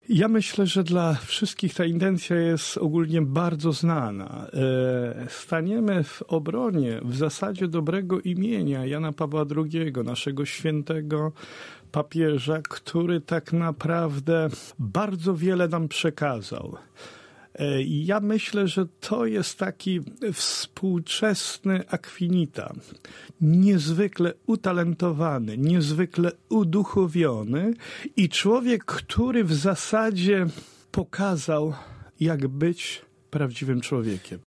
Ja myślę, że dla wszystkich ta intencja jest ogólnie bardzo znana. Staniemy w obronie w zasadzie dobrego imienia Jana Pawła II, naszego świętego papieża, który tak naprawdę bardzo wiele nam przekazał. Ja myślę, że to jest taki współczesny Akwinita, niezwykle utalentowany, niezwykle uduchowiony i człowiek, który w zasadzie pokazał, jak być prawdziwym człowiekiem.